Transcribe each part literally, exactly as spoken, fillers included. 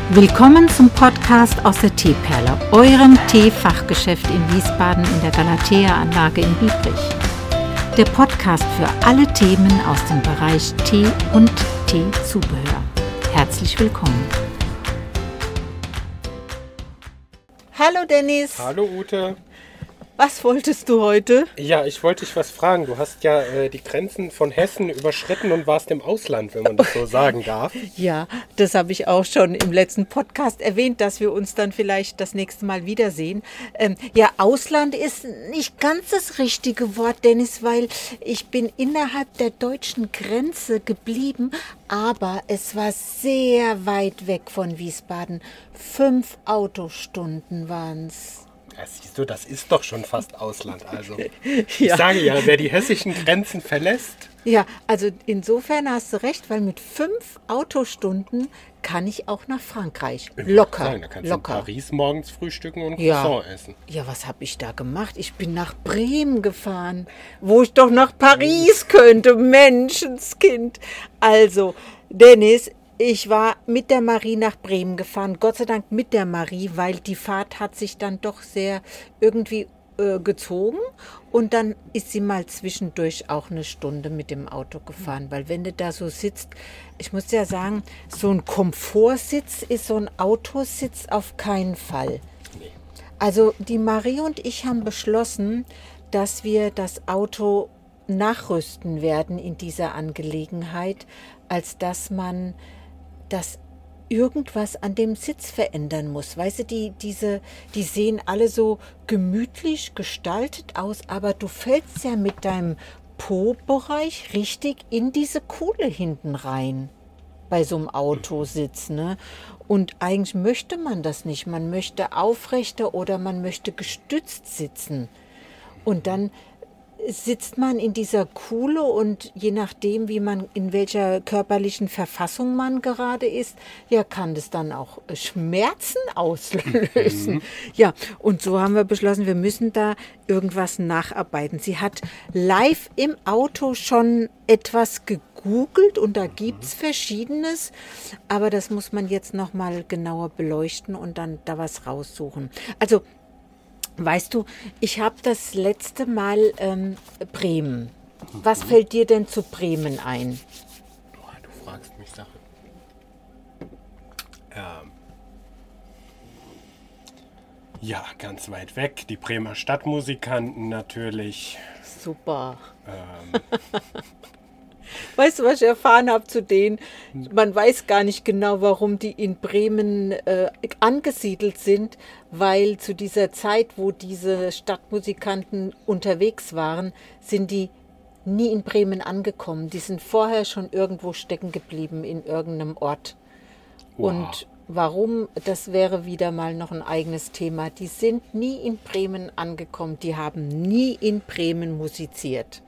Willkommen zum Podcast aus der Teeperle, eurem Teefachgeschäft in Wiesbaden in der Galatea-Anlage in Biebrich. Der Podcast für alle Themen aus dem Bereich Tee und Teezubehör. Herzlich willkommen. Hallo Dennis. Hallo Ute. Was wolltest du heute? Ja, ich wollte dich was fragen. Du hast ja äh, die Grenzen von Hessen überschritten und warst im Ausland, wenn man das so sagen darf. Ja, das habe ich auch schon im letzten Podcast erwähnt, dass wir uns dann vielleicht das nächste Mal wiedersehen. Ähm, ja, Ausland ist nicht ganz das richtige Wort, Dennis, weil ich bin innerhalb der deutschen Grenze geblieben, aber es war sehr weit weg von Wiesbaden. Fünf Autostunden waren es. Ja, siehst du, das ist doch schon fast Ausland. Also ich Ja. sage ja, wer die hessischen Grenzen verlässt. Ja, also insofern hast du recht, weil mit fünf Autostunden kann ich auch nach Frankreich. Locker, Sagen, da kannst du in locker. Paris morgens frühstücken und Ja. Croissant essen. Ja, was habe ich da gemacht? Ich bin nach Bremen gefahren, wo ich doch nach Paris könnte. Menschenskind. Also, Dennis, ich war mit der Marie nach Bremen gefahren. Gott sei Dank mit der Marie, weil die Fahrt hat sich dann doch sehr irgendwie äh, gezogen. Und dann ist sie mal zwischendurch auch eine Stunde mit dem Auto gefahren. Weil wenn du da so sitzt, ich muss ja sagen, so ein Komfortsitz ist so ein Autositz auf keinen Fall. Nee. Also die Marie und ich haben beschlossen, dass wir das Auto nachrüsten werden in dieser Angelegenheit, als dass man das irgendwas an dem Sitz verändern muss. Weißt du, die, diese, die sehen alle so gemütlich gestaltet aus, aber du fällst ja mit deinem Po-Bereich richtig in diese Kuhle hinten rein bei so einem Autositz, ne? Und eigentlich möchte man das nicht. Man möchte aufrechter oder man möchte gestützt sitzen. Und dann sitzt man in dieser Kuhle und je nachdem, wie man, in welcher körperlichen Verfassung man gerade ist, ja, kann das dann auch Schmerzen auslösen. Mhm. Ja, und so haben wir beschlossen, wir müssen da irgendwas nacharbeiten. Sie hat live im Auto schon etwas gegoogelt und da gibt es Verschiedenes, aber das muss man jetzt nochmal genauer beleuchten und dann da was raussuchen. Also, weißt du, ich habe das letzte Mal ähm, Bremen. Was fällt dir denn zu Bremen ein? Boah, du fragst mich Sachen. Ähm. Ja, ganz weit weg. Die Bremer Stadtmusikanten natürlich. Super. Ähm. Weißt du, was ich erfahren habe zu denen? Man weiß gar nicht genau, warum die in Bremen äh, angesiedelt sind, weil zu dieser Zeit, wo diese Stadtmusikanten unterwegs waren, sind die nie in Bremen angekommen. Die sind vorher schon irgendwo stecken geblieben in irgendeinem Ort. Wow. Und warum, das wäre wieder mal noch ein eigenes Thema. Die sind nie in Bremen angekommen. Die haben nie in Bremen musiziert.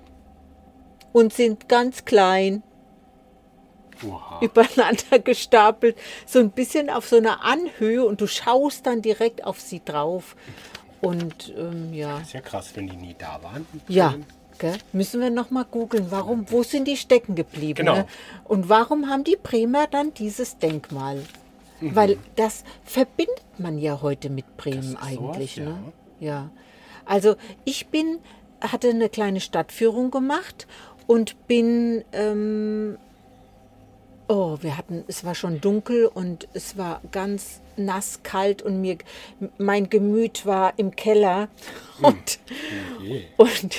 Und sind ganz klein, Wow. übereinander gestapelt, so ein bisschen auf so einer Anhöhe und du schaust dann direkt auf sie drauf. Und ähm, ja, Ist ja krass, wenn die nie da waren. ja, gell? Müssen wir noch mal googeln, warum, wo sind die stecken geblieben? Genau. Ne? Und warum haben die Bremer dann dieses Denkmal? Mhm. Weil das verbindet man ja heute mit Bremen Das ist eigentlich. sowas, Ne? Ja. Also ich bin, hatte eine kleine Stadtführung gemacht und bin, ähm, oh, wir hatten, es war schon dunkel und es war ganz nass, kalt und mir, mein Gemüt war im Keller und, Okay. und,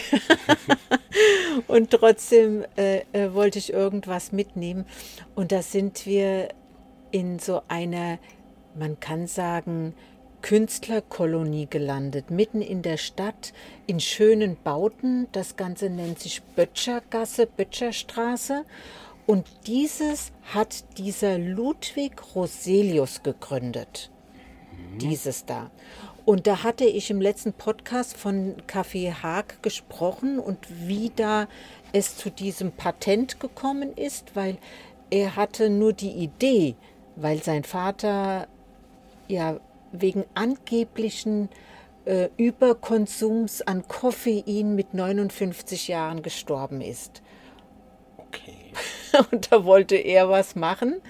und trotzdem äh, äh, wollte ich irgendwas mitnehmen und da sind wir in so einer, man kann sagen, Künstlerkolonie gelandet, mitten in der Stadt, in schönen Bauten. Das Ganze nennt sich Böttchergasse, Böttcherstraße. Und dieses hat dieser Ludwig Roselius gegründet. Mhm. Dieses da. Und da hatte ich im letzten Podcast von Café Haag gesprochen und wie da es zu diesem Patent gekommen ist, weil er hatte nur die Idee, weil sein Vater ja wegen angeblichen äh, Überkonsums an Koffein mit neunundfünfzig Jahren gestorben ist. Okay. Und da wollte er was machen.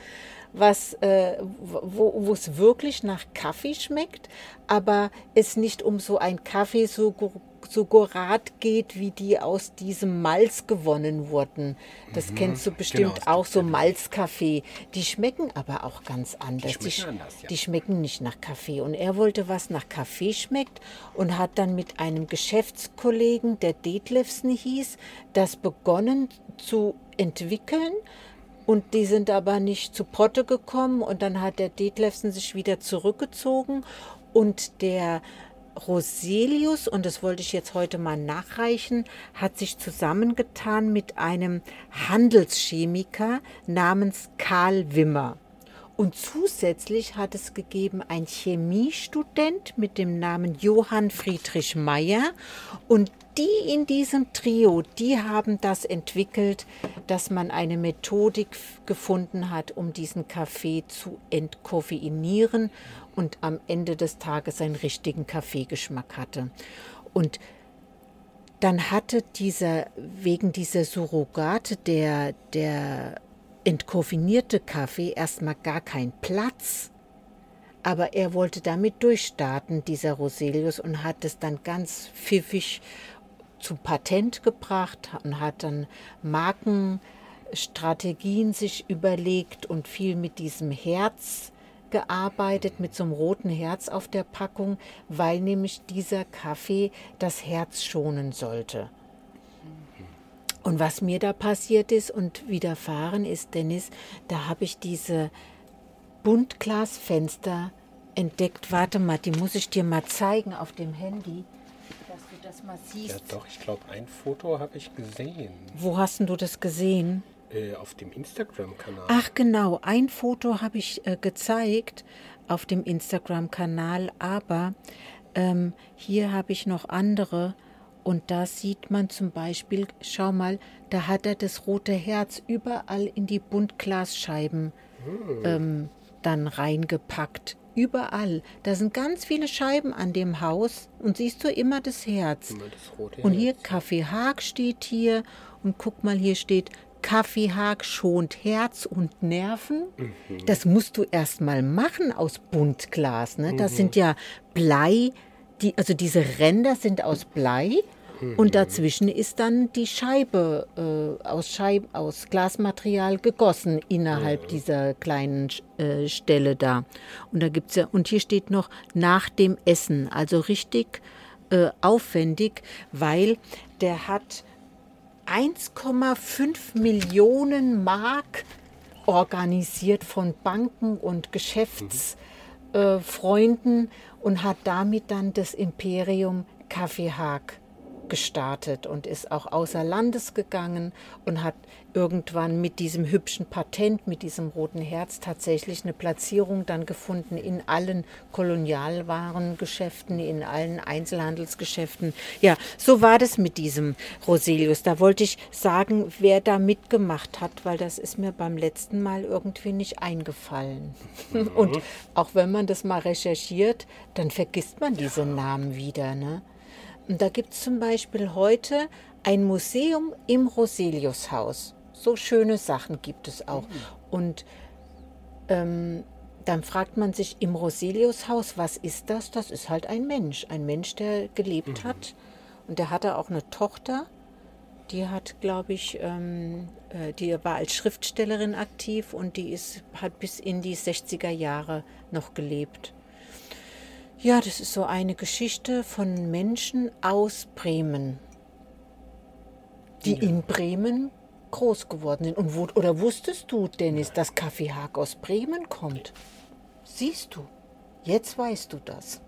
was, äh, wo wo es wirklich nach Kaffee schmeckt, aber es nicht um so ein Kaffeesugurat geht, wie die aus diesem Malz gewonnen wurden. Das kennst du bestimmt Genau, es auch, gibt so ja diese- Malzkaffee. Die schmecken aber auch ganz anders. schmecken sch- anders, ja. die schmecken nicht nach Kaffee. Und er wollte, was nach Kaffee schmeckt und hat dann mit einem Geschäftskollegen, der Detlefsen hieß, das begonnen zu entwickeln. Und die sind aber nicht zu Potte gekommen und dann hat der Detlefsen sich wieder zurückgezogen und der Roselius, und das wollte ich jetzt heute mal nachreichen, hat sich zusammengetan mit einem Handelschemiker namens Karl Wimmer. Und zusätzlich hat es gegeben ein Chemiestudent mit dem Namen Johann Friedrich Meyer. Und die in diesem Trio, die haben das entwickelt, dass man eine Methodik f- gefunden hat, um diesen Kaffee zu entkoffeinieren und am Ende des Tages einen richtigen Kaffeegeschmack hatte. Und dann hatte dieser, wegen dieser Surrogate, der, der entkoffeinierte Kaffee erstmal gar keinen Platz. Aber er wollte damit durchstarten, dieser Roselius, und hat es dann ganz pfiffig zu Patent gebracht und hat dann Markenstrategien sich überlegt und viel mit diesem Herz gearbeitet, mit so einem roten Herz auf der Packung, weil nämlich dieser Kaffee das Herz schonen sollte. Und was mir da passiert ist und widerfahren ist, Dennis, da habe ich diese Buntglasfenster entdeckt. Warte mal, die muss ich dir mal zeigen auf dem Handy, dass du das mal Ja, siehst. doch, ich glaube, ein Foto habe ich gesehen. Wo hast denn du das gesehen? Äh, auf dem Instagram-Kanal. Ach genau, ein Foto habe ich äh, gezeigt auf dem Instagram-Kanal, aber ähm, hier habe ich noch andere und da sieht man zum Beispiel, schau mal, da hat er das rote Herz überall in die Buntglasscheiben ähm, dann reingepackt. Überall. Da sind ganz viele Scheiben an dem Haus und siehst du immer das Herz. Immer das rote Und hier Herz. Kaffee Haag steht hier und guck mal, hier steht Kaffee Haag schont Herz und Nerven. Das musst du erst mal machen aus Buntglas. Ne? Das sind ja Blei, die, also diese Ränder sind aus Blei und dazwischen ist dann die Scheibe äh, aus, Scheib, aus Glasmaterial gegossen innerhalb dieser kleinen äh, Stelle da. Und da gibt's ja, und hier steht noch nach dem Essen, also richtig äh, aufwendig, weil der hat eins Komma fünf Millionen Mark organisiert von Banken und Geschäftsfreunden und hat damit dann das Imperium Kaffee Haag gestartet und ist auch außer Landes gegangen und hat irgendwann mit diesem hübschen Patent, mit diesem roten Herz tatsächlich eine Platzierung dann gefunden in allen Kolonialwarengeschäften, in allen Einzelhandelsgeschäften. Ja, so war das mit diesem Roselius. Da wollte ich sagen, wer da mitgemacht hat, weil das ist mir beim letzten Mal irgendwie nicht eingefallen. Und auch wenn man das mal recherchiert, dann vergisst man diese Namen wieder, ne? Und da gibt es zum Beispiel heute ein Museum im Roseliushaus. So schöne Sachen gibt es auch. Und ähm, dann fragt man sich im Roseliushaus, was ist das? Das ist halt ein Mensch. Ein Mensch, der gelebt hat. Und der hatte auch eine Tochter. Die hat, glaube ich, ähm, äh, die war als Schriftstellerin aktiv und die ist, hat bis in die sechziger Jahre noch gelebt. Ja, das ist so eine Geschichte von Menschen aus Bremen, die Ja. in Bremen groß geworden sind. Und wo, oder wusstest du, Dennis, dass Kaffee Haag aus Bremen kommt? Siehst du, jetzt weißt du das.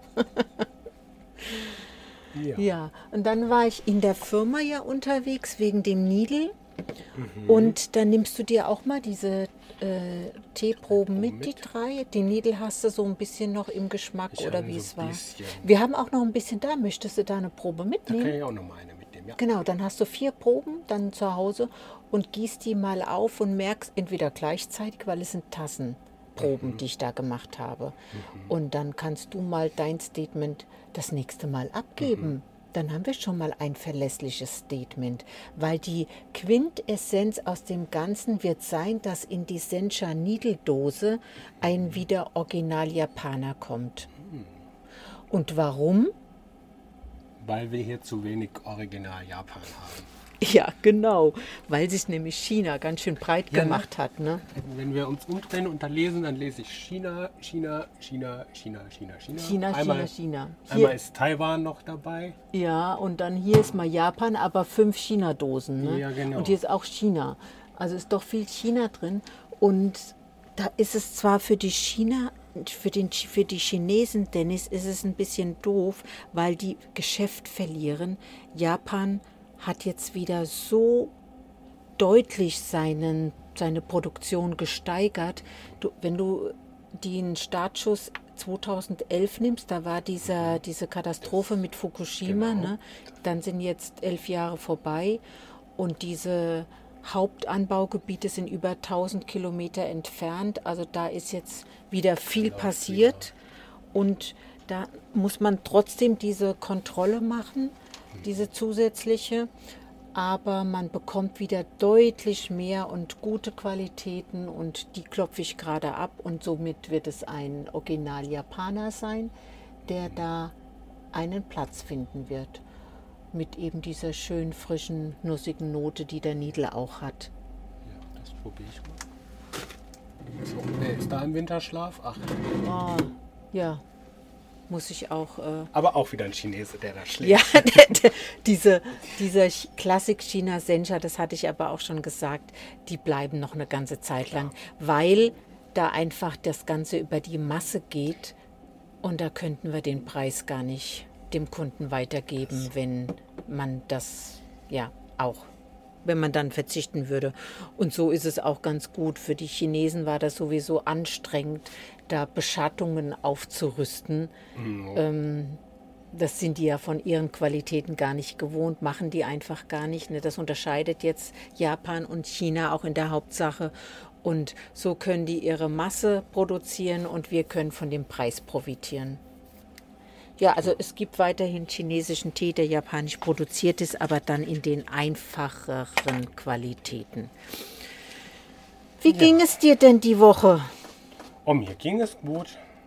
Ja. Ja, und dann war ich in der Firma ja unterwegs wegen dem Nidel. Und dann nimmst du dir auch mal diese äh, Teeproben mit, die drei. Die Nidel hast du so ein bisschen noch im Geschmack Ich oder habe wie so es ein war. bisschen. Wir haben auch noch ein bisschen da. Möchtest du da eine Probe Da mitnehmen? kann ich auch noch mal eine mitnehmen. Ja. Genau, dann hast du vier Proben dann zu Hause und gießt die mal auf und merkst entweder gleichzeitig, weil es sind Tassenproben, die ich da gemacht habe. Und dann kannst du mal dein Statement das nächste Mal abgeben. Dann haben wir schon mal ein verlässliches Statement, weil die Quintessenz aus dem Ganzen wird sein, dass in die Sencha Needle-Dose ein wieder Original-Japaner kommt. Und warum? Weil wir hier zu wenig Original-Japan haben. Ja, genau, weil sich nämlich China ganz schön breit Ja, gemacht hat. Ne? Wenn wir uns umdrehen und da lesen, dann lese ich China, China, China, China, China, China. China, einmal, China, China. Einmal Hier, ist Taiwan noch dabei. ja, und dann hier ist mal Japan, aber fünf China-Dosen. Ne? Ja, genau. Und hier ist auch China. Also ist doch viel China drin. Und da ist es zwar für die China, für, den, für die Chinesen, Dennis, ist es ein bisschen doof, weil die Geschäft verlieren. Japan hat jetzt wieder so deutlich seinen, seine Produktion gesteigert. Du, wenn du den Startschuss zweitausendelf nimmst, da war dieser, diese Katastrophe mit Fukushima, Genau. ne? Dann sind jetzt elf Jahre vorbei und diese Hauptanbaugebiete sind über tausend Kilometer entfernt. Also da ist jetzt wieder viel passiert und da muss man trotzdem diese Kontrolle machen, diese zusätzliche, aber man bekommt wieder deutlich mehr und gute Qualitäten und die klopfe ich gerade ab und somit wird es ein Original-Japaner sein, der da einen Platz finden wird mit eben dieser schön frischen, nussigen Note, die der Needle auch hat. Ja, das probiere ich mal. So, wer ist da im Winterschlaf? Ach, Oh, ja, muss ich auch... Äh, aber auch wieder ein Chinese, der da schläft. Ja, der, der, diese, dieser Ch- Klassik-China-Sencha, das hatte ich aber auch schon gesagt, die bleiben noch eine ganze Zeit lang, weil da einfach das Ganze über die Masse geht und da könnten wir den Preis gar nicht dem Kunden weitergeben, wenn man das ja auch, wenn man dann verzichten würde. Und so ist es auch ganz gut. Für die Chinesen war das sowieso anstrengend, da Beschattungen aufzurüsten. Mhm. Ähm, das sind die ja von ihren Qualitäten gar nicht gewohnt, machen die einfach gar nicht. Ne? Das unterscheidet jetzt Japan und China auch in der Hauptsache. Und so können die ihre Masse produzieren und wir können von dem Preis profitieren. Ja, also es gibt weiterhin chinesischen Tee, der japanisch produziert ist, aber dann in den einfacheren Qualitäten. Wie ging es dir denn die Woche? Oh, mir ging es gut.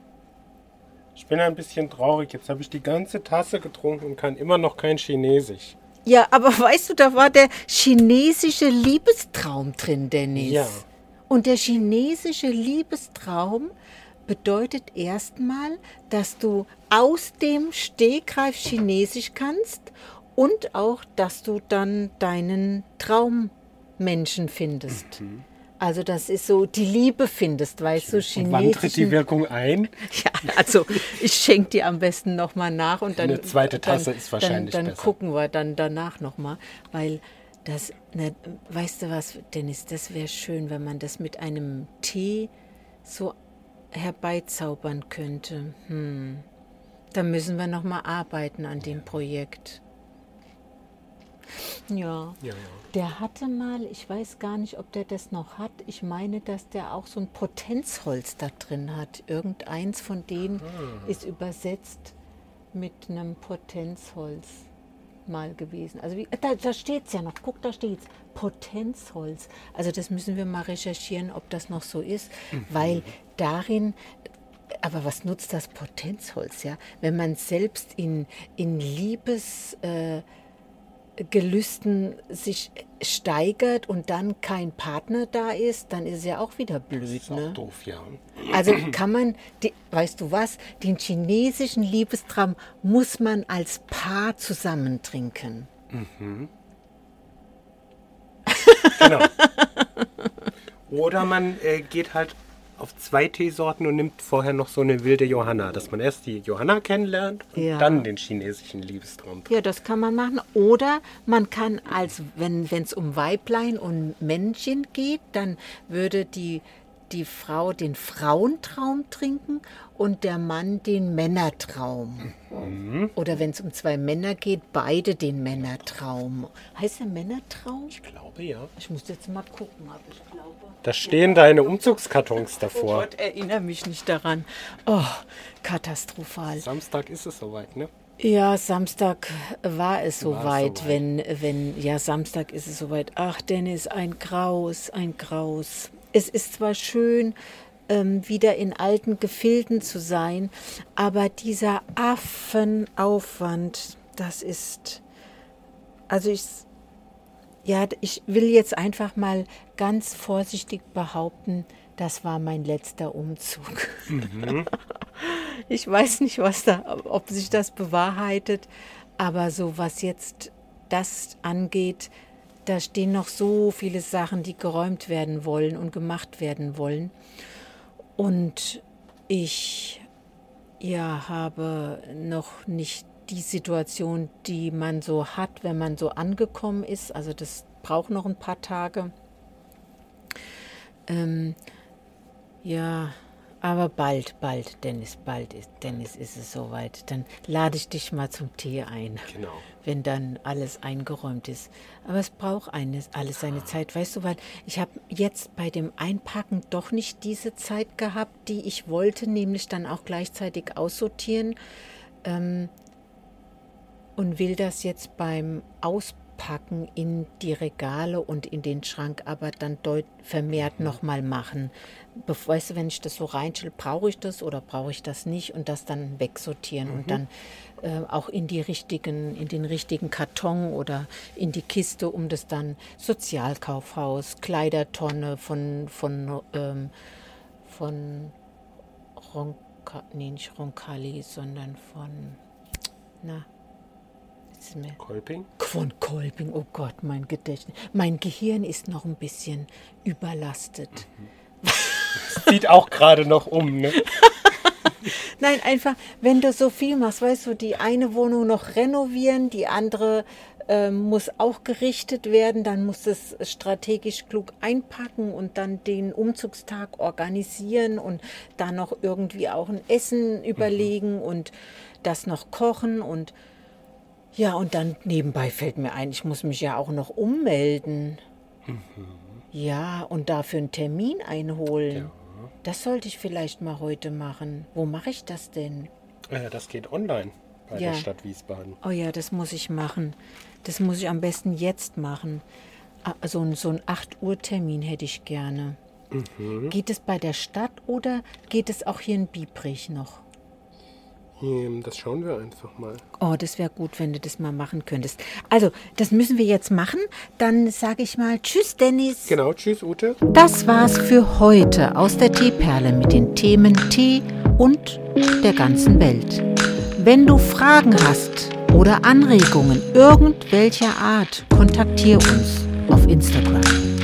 Ich bin ein bisschen traurig. Jetzt habe ich die ganze Tasse getrunken und kann immer noch kein Chinesisch. Ja, aber weißt du, da war der chinesische Liebestraum drin, Dennis. Ja. Und der chinesische Liebestraum bedeutet erstmal, dass du aus dem Stegreif Chinesisch kannst und auch, dass du dann deinen Traummenschen findest. Mhm. Also das ist so, die Liebe findest, weißt du, Und wann tritt die chinesischen... Wirkung ein? Ja, also ich schenke dir am besten nochmal nach und dann... Eine zweite Tasse dann, ist wahrscheinlich dann, dann besser. gucken wir dann danach nochmal, weil das, ne, weißt du was, Dennis, das wäre schön, wenn man das mit einem Tee so herbeizaubern könnte. Hm. Da müssen wir nochmal arbeiten an dem Projekt. Ja. Ja, ja. Der hatte mal, ich weiß gar nicht, ob der das noch hat. Ich meine, dass der auch so ein Potenzholz da drin hat. Irgendeins von denen Ah. ist übersetzt mit einem Potenzholz mal gewesen. Also wie, da, da steht es ja noch. Guck, da steht es. Potenzholz. Also das müssen wir mal recherchieren, ob das noch so ist. Mhm. Weil darin... Aber was nutzt das Potenzholz, ja? Wenn man selbst in, in Liebes... Äh, Gelüsten sich steigert und dann kein Partner da ist, dann ist es ja auch wieder blöd. Das ist Ne? auch doof, ja. Also kann man, die, weißt du was, den chinesischen Liebestraum muss man als Paar zusammen trinken. Genau. Oder man äh, geht halt auf zwei Teesorten und nimmt vorher noch so eine wilde Johanna, dass man erst die Johanna kennenlernt und Ja. dann den chinesischen Liebestraum. Ja, das kann man machen. Oder man kann, als wenn es um Weiblein und Männchen geht, dann würde die, die Frau den Frauentraum trinken und der Mann den Männertraum. Oder wenn es um zwei Männer geht, beide den Männertraum. Heißt der Männertraum? Ich glaube, ja. Ich muss jetzt mal gucken, aber ich glaube... Da stehen deine Umzugskartons Oh davor. Gott, erinnere mich nicht daran. Oh, katastrophal. Samstag ist es soweit, ne? Ja, Samstag war es War soweit, soweit. wenn, wenn, ja, Samstag ist es soweit. Ach, Dennis, ein Graus, ein Graus. Es ist zwar schön, ähm, wieder in alten Gefilden zu sein, aber dieser Affenaufwand, das ist, also ich, ja, ich will jetzt einfach mal ganz vorsichtig behaupten, das war mein letzter Umzug. Mhm. Ich weiß nicht, was da, ob sich das bewahrheitet, aber so was jetzt das angeht, da stehen noch so viele Sachen, die geräumt werden wollen und gemacht werden wollen. Und ich ja, habe noch nicht die Situation, die man so hat, wenn man so angekommen ist. Also das braucht noch ein paar Tage. Ähm, ja, aber bald, bald, Dennis, bald ist, Dennis ist es soweit. Dann lade ich dich mal zum Tee ein, Genau. wenn dann alles eingeräumt ist. Aber es braucht eines, alles seine Zeit, weißt du, weil ich habe jetzt bei dem Einpacken doch nicht diese Zeit gehabt, die ich wollte, nämlich dann auch gleichzeitig aussortieren ähm, und will das jetzt beim Auspacken in die Regale und in den Schrank aber dann deut vermehrt nochmal machen. Bevor, weißt du, wenn ich das so reinstelle, brauche ich das oder brauche ich das nicht und das dann wegsortieren Mhm. und dann äh, auch in die richtigen, in den richtigen Karton oder in die Kiste, um das dann Sozialkaufhaus, Kleidertonne von von ähm, von Ronca, nee, nicht Roncalli, sondern von na jetzt ist mir Kolping? von Kolping, oh Gott, mein Gedächtnis. Mein Gehirn ist noch ein bisschen überlastet. Sieht auch gerade noch um, ne? Nein, einfach, wenn du so viel machst, weißt du, die eine Wohnung noch renovieren, die andere ähm, muss auch gerichtet werden, dann muss es strategisch klug einpacken und dann den Umzugstag organisieren und dann noch irgendwie auch ein Essen überlegen und das noch kochen und ja, und dann nebenbei fällt mir ein, ich muss mich ja auch noch ummelden. Ja, und dafür einen Termin einholen. Ja. Das sollte ich vielleicht mal heute machen. Wo mache ich das denn? Äh, das geht online bei Ja. der Stadt Wiesbaden. Oh ja, das muss ich machen. Das muss ich am besten jetzt machen. Ah, So ein, so ein acht Uhr Termin hätte ich gerne. Geht es bei der Stadt oder geht es auch hier in Biebrich noch? Ähm, Das schauen wir einfach mal. Oh, das wäre gut, wenn du das mal machen könntest. Also, das müssen wir jetzt machen. Dann sage ich mal Tschüss, Dennis. Genau, tschüss Ute. Das war's für heute aus der Teeperle mit den Themen Tee und der ganzen Welt. Wenn du Fragen hast oder Anregungen irgendwelcher Art, kontaktiere uns auf Instagram.